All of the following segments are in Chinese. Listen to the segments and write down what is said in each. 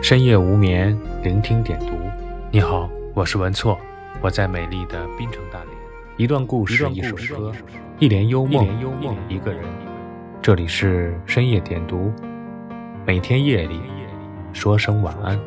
深夜无眠，聆听点读。你好，我是文措，我在美丽的滨城大连。一段故事，一首歌，一帘幽梦，一个人。这里是深夜点读，每天夜里说声晚安。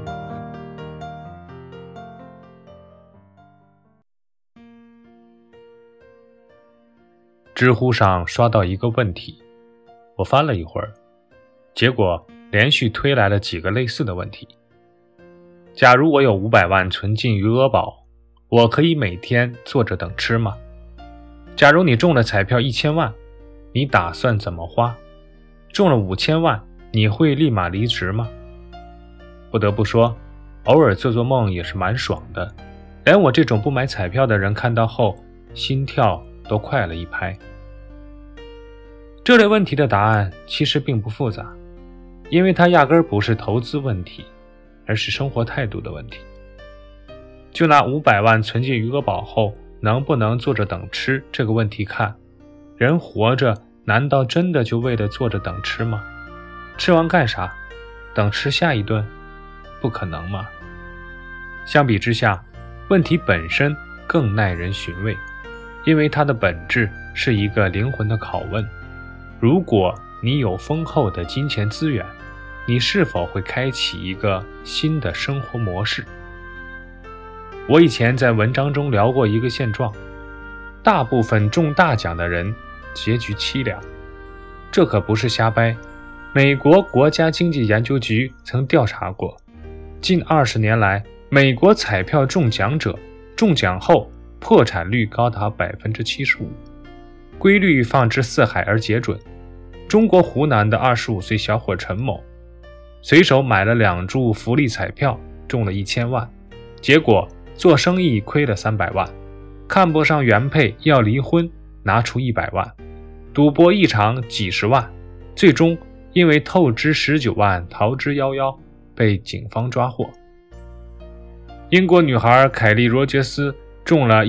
知乎上刷到一个问题，我翻了一会儿，结果连续推来了几个类似的问题。假如我有500万存进余额宝，我可以每天坐着等吃吗？假如你中了彩票1000万，你打算怎么花？中了5000万，你会立马离职吗？不得不说，偶尔做做梦也是蛮爽的，连我这种不买彩票的人看到后，心跳都快了一拍。这类问题的答案其实并不复杂，因为它压根儿不是投资问题，而是生活态度的问题。就拿500万存进余额宝后能不能坐着等吃这个问题看，人活着难道真的就为了坐着等吃吗？吃完干啥？等吃下一顿？不可能嘛。相比之下，问题本身更耐人寻味，因为它的本质是一个灵魂的拷问。如果你有丰厚的金钱资源，你是否会开启一个新的生活模式？我以前在文章中聊过一个现状，大部分中大奖的人结局凄凉。这可不是瞎掰，美国国家经济研究局曾调查过，近20年来，美国彩票中奖者中奖后破产率高达 75%， 规律放之四海而皆准。中国湖南的25岁小伙陈某随手买了2注福利彩票，中了1000万，结果做生意亏了300万，看不上原配要离婚，拿出100万，赌博一场几十万，最终因为透支19万逃之夭夭，被警方抓获。英国女孩凯莉·罗杰斯中了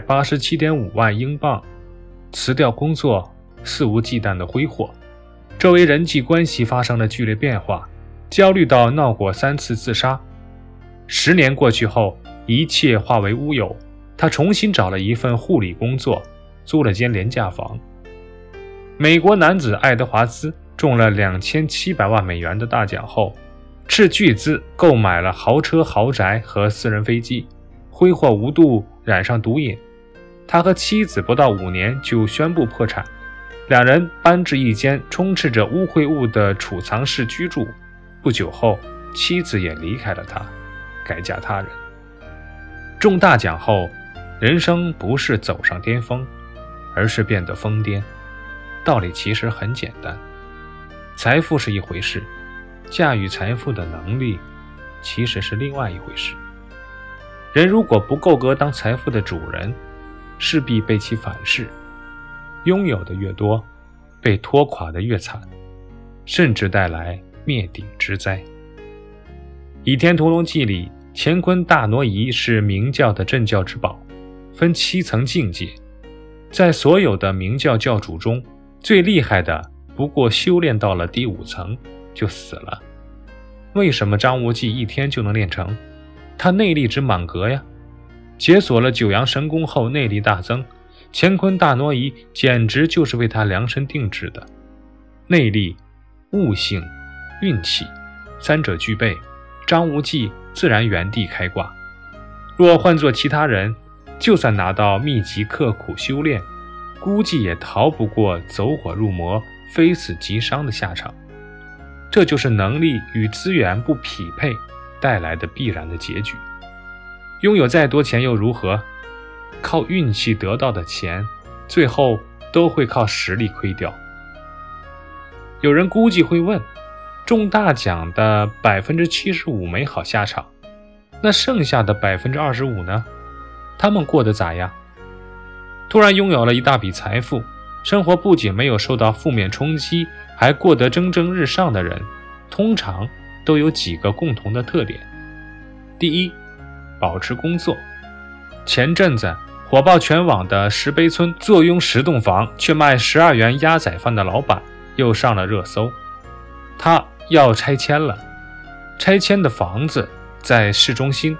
187.5万英镑，辞掉工作，肆无忌惮地挥霍，周围人际关系发生了剧烈变化，焦虑到闹过3次自杀。10年过去后，一切化为乌有，他重新找了一份护理工作，租了间廉价房。美国男子爱德华兹中了2700万美元的大奖后，斥巨资购买了豪车豪宅和私人飞机，挥霍无度，染上毒瘾。他和妻子不到5年就宣布破产，两人搬至一间充斥着污秽物的储藏室居住。不久后，妻子也离开了他，改嫁他人。中大奖后，人生不是走上巅峰，而是变得疯癫。道理其实很简单，财富是一回事，驾驭财富的能力其实是另外一回事。人如果不够格当财富的主人，势必被其反噬，拥有的越多，被拖垮的越惨，甚至带来灭顶之灾。《倚天屠龙记》里，乾坤大挪移是明教的镇教之宝，分7层境界。在所有的明教教主中，最厉害的不过修炼到了第5层就死了。为什么张无忌1天就能练成？他内力值满格呀！解锁了九阳神功后内力大增，乾坤大挪移简直就是为他量身定制的。内力、悟性、运气3者具备，张无忌自然原地开挂。若换做其他人，就算拿到秘籍刻苦修炼，估计也逃不过走火入魔、非死即伤的下场。这就是能力与资源不匹配带来的必然的结局。拥有再多钱又如何？靠运气得到的钱，最后都会靠实力亏掉。有人估计会问，中大奖的 75% 没好下场，那剩下的 25% 呢？他们过得咋样？突然拥有了一大笔财富，生活不仅没有受到负面冲击，还过得蒸蒸日上的人，通常都有几个共同的特点。第一，保持工作。前阵子火爆全网的石碑村坐拥10栋房却卖12元鸭仔饭的老板又上了热搜。他要拆迁了， 拆迁的房子在市中心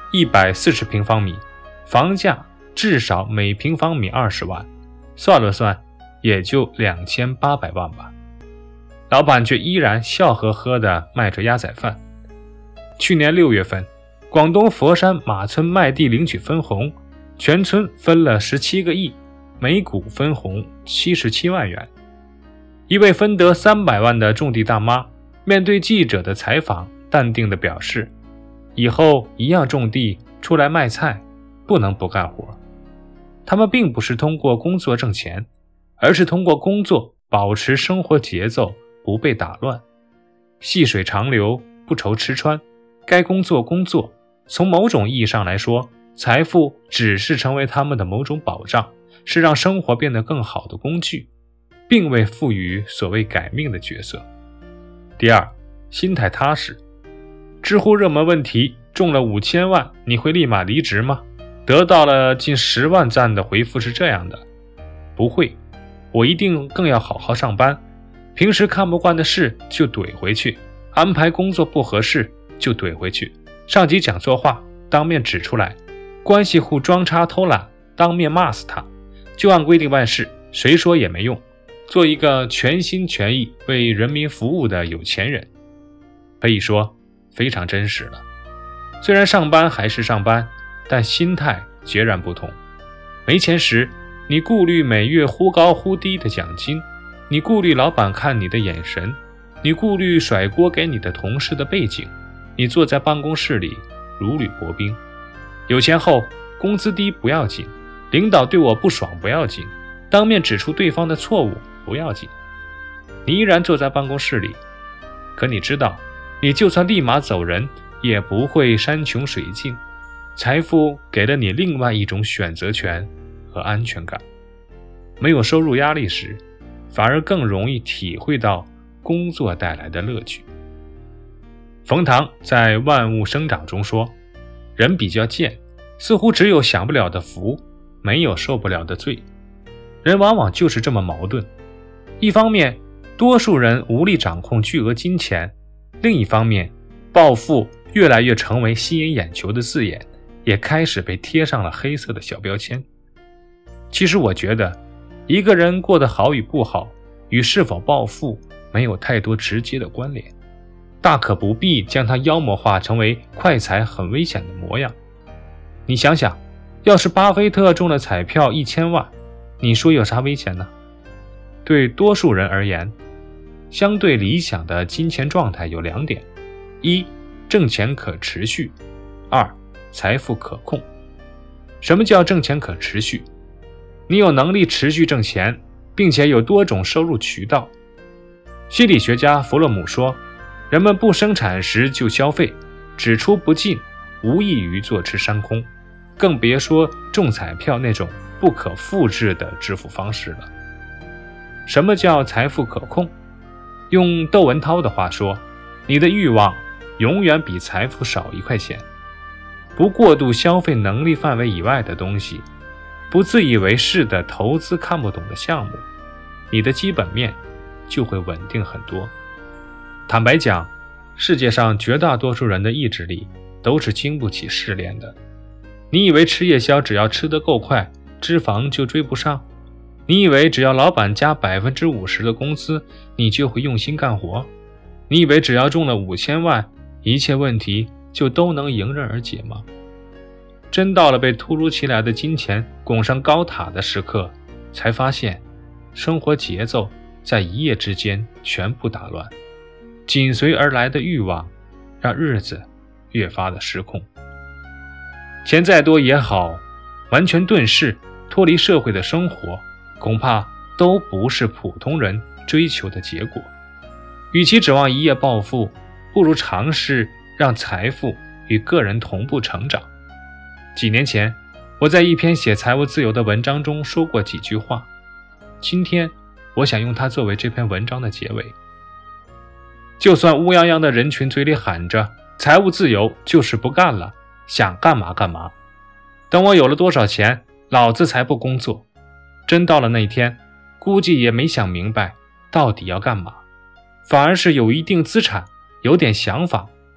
140平方米，房价至少每平方米20万，算了算也就2800万吧。老板却依然笑呵呵地卖着鸭仔饭。去年6月份，广东佛山马村卖地领取分红，全村分了17个亿，每股分红77万元。一位分得300万的种地大妈面对记者的采访，淡定地表示，以后一样种地，出来卖菜，不能不干活。他们并不是通过工作挣钱，而是通过工作保持生活节奏不被打乱，细水长流，不愁吃穿，该工作工作。从某种意义上来说，财富只是成为他们的某种保障，是让生活变得更好的工具，并未赋予所谓改命的角色。第二，心态踏实。知乎热门问题，中了5000万你会立马离职吗？得到了近10万赞的回复是这样的：不会，我一定更要好好上班，平时看不惯的事就怼回去，安排工作不合适就怼回去，上级讲错话当面指出来，关系户装叉偷懒当面骂死他，就按规定办事，谁说也没用，做一个全心全意为人民服务的有钱人。可以说非常真实了。虽然上班还是上班，但心态截然不同。没钱时，你顾虑每月忽高忽低的奖金，你顾虑老板看你的眼神，你顾虑甩锅给你的同事的背景，你坐在办公室里如履薄冰。有钱后，工资低不要紧，领导对我不爽不要紧，当面指出对方的错误不要紧，你依然坐在办公室里。可你知道，你就算立马走人，也不会山穷水尽。财富给了你另外一种选择权和安全感。没有收入压力时，反而更容易体会到工作带来的乐趣。冯唐在《万物生长》中说，人比较贱，似乎只有享不了的福，没有受不了的罪。人往往就是这么矛盾，一方面多数人无力掌控巨额金钱，另一方面暴富越来越成为吸引眼球的字眼，也开始被贴上了黑色的小标签。其实我觉得，一个人过得好与不好，与是否暴富没有太多直接的关联，大可不必将它妖魔化成为快财很危险的模样。你想想，要是巴菲特中了彩票1000万，你说有啥危险呢？对多数人而言，相对理想的金钱状态有2点：一，挣钱可持续；二，财富可控。什么叫挣钱可持续？你有能力持续挣钱，并且有多种收入渠道。心理学家弗洛姆说，人们不生产时就消费，只出不进，无异于坐吃山空，更别说中彩票那种不可复制的支付方式了。什么叫财富可控？用窦文涛的话说，你的欲望永远比财富少1块钱。不过度消费能力范围以外的东西，不自以为是的投资看不懂的项目，你的基本面就会稳定很多。坦白讲，世界上绝大多数人的意志力都是经不起试炼的。你以为吃夜宵只要吃得够快，脂肪就追不上？你以为只要老板加50%的工资，你就会用心干活？你以为只要中了5000万，一切问题就都能迎刃而解吗？真到了被突如其来的金钱拱上高塔的时刻，才发现生活节奏在一夜之间全部打乱，紧随而来的欲望让日子越发的失控。钱再多也好，完全遁世脱离社会的生活，恐怕都不是普通人追求的结果。与其指望一夜暴富，不如尝试让财富与个人同步成长。几年前，我在一篇写财务自由的文章中说过几句话，今天我想用它作为这篇文章的结尾。就算乌泱泱的人群嘴里喊着财务自由就是不干了，想干嘛干嘛，等我有了多少钱，老子才不工作。真到了那一天，估计也没想明白到底要干嘛，反而是有一定资产，有点想法，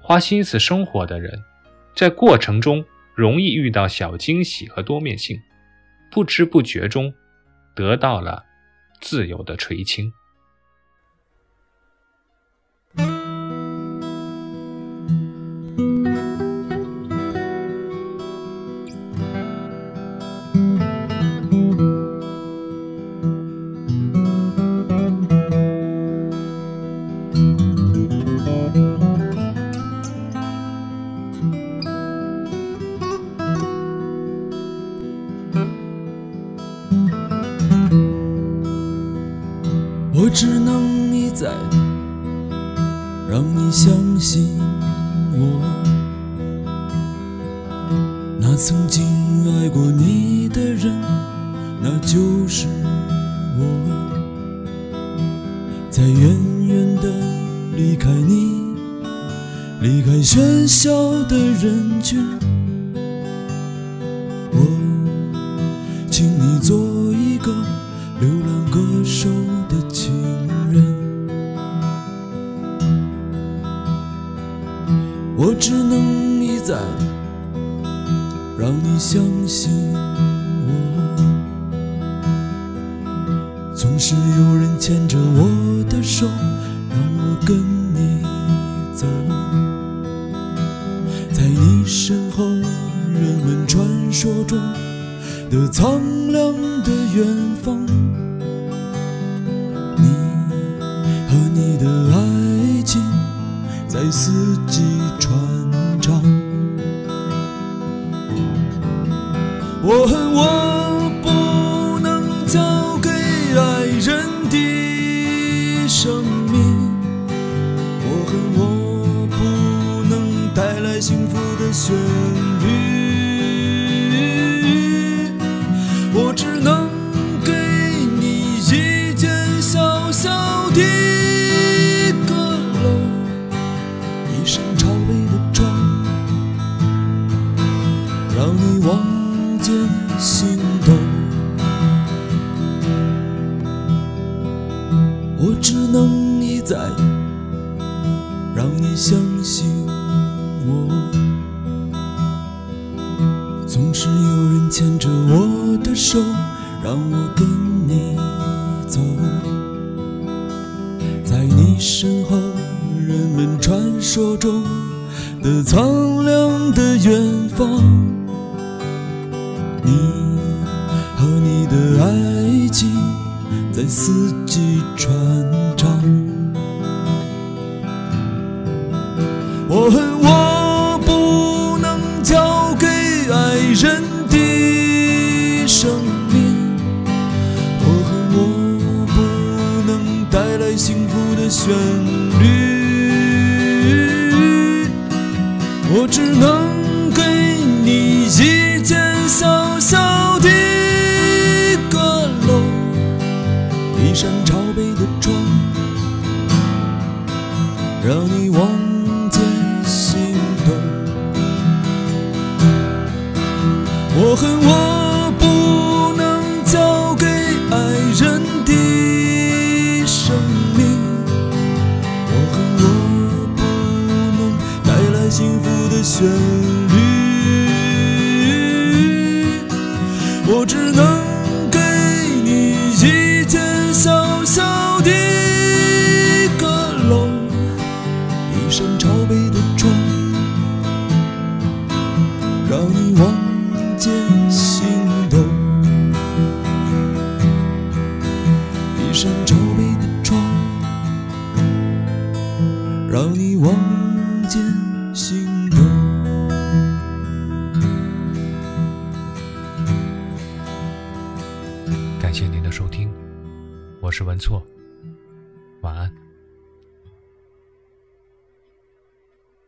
花心思生活的人，在过程中容易遇到小惊喜和多面性，不知不觉中得到了自由的垂青。 我只能一再让你相信我，那曾经爱过你的人，那就是我。在远远的离开你，离开喧嚣的人群，我请你做一个流浪歌手的情人。我只能一再让你相信我，总是有人牵着我的手，让我跟你走，在你身后人们传说中的苍凉的远方，你和你的爱情在四季传唱。我恨我不能交给爱人的生命，我恨我不能带来幸福的旋律，我只能给你一间小小的阁楼，一扇朝北的窗，让你望见心动。我只能一再让你相信我，总是有人牵着我的手，让我跟你走，在你身后人们传说中的苍凉的远方，你和你的爱情在四季传唱。我恨我不能交给爱人的生命，我恨我不能带来幸福的旋律，我只能给你一间小小的阁楼，一扇朝北的窗，让你望见心动。我恨我不能交给爱人的生命，我恨我不能带来幸福的旋律，我只能给你一间小小的阁楼，一扇朝北的窗，让你望见心动。一扇朝北的窗，让你望见心动。 感谢您的收听，我是文措，晚安。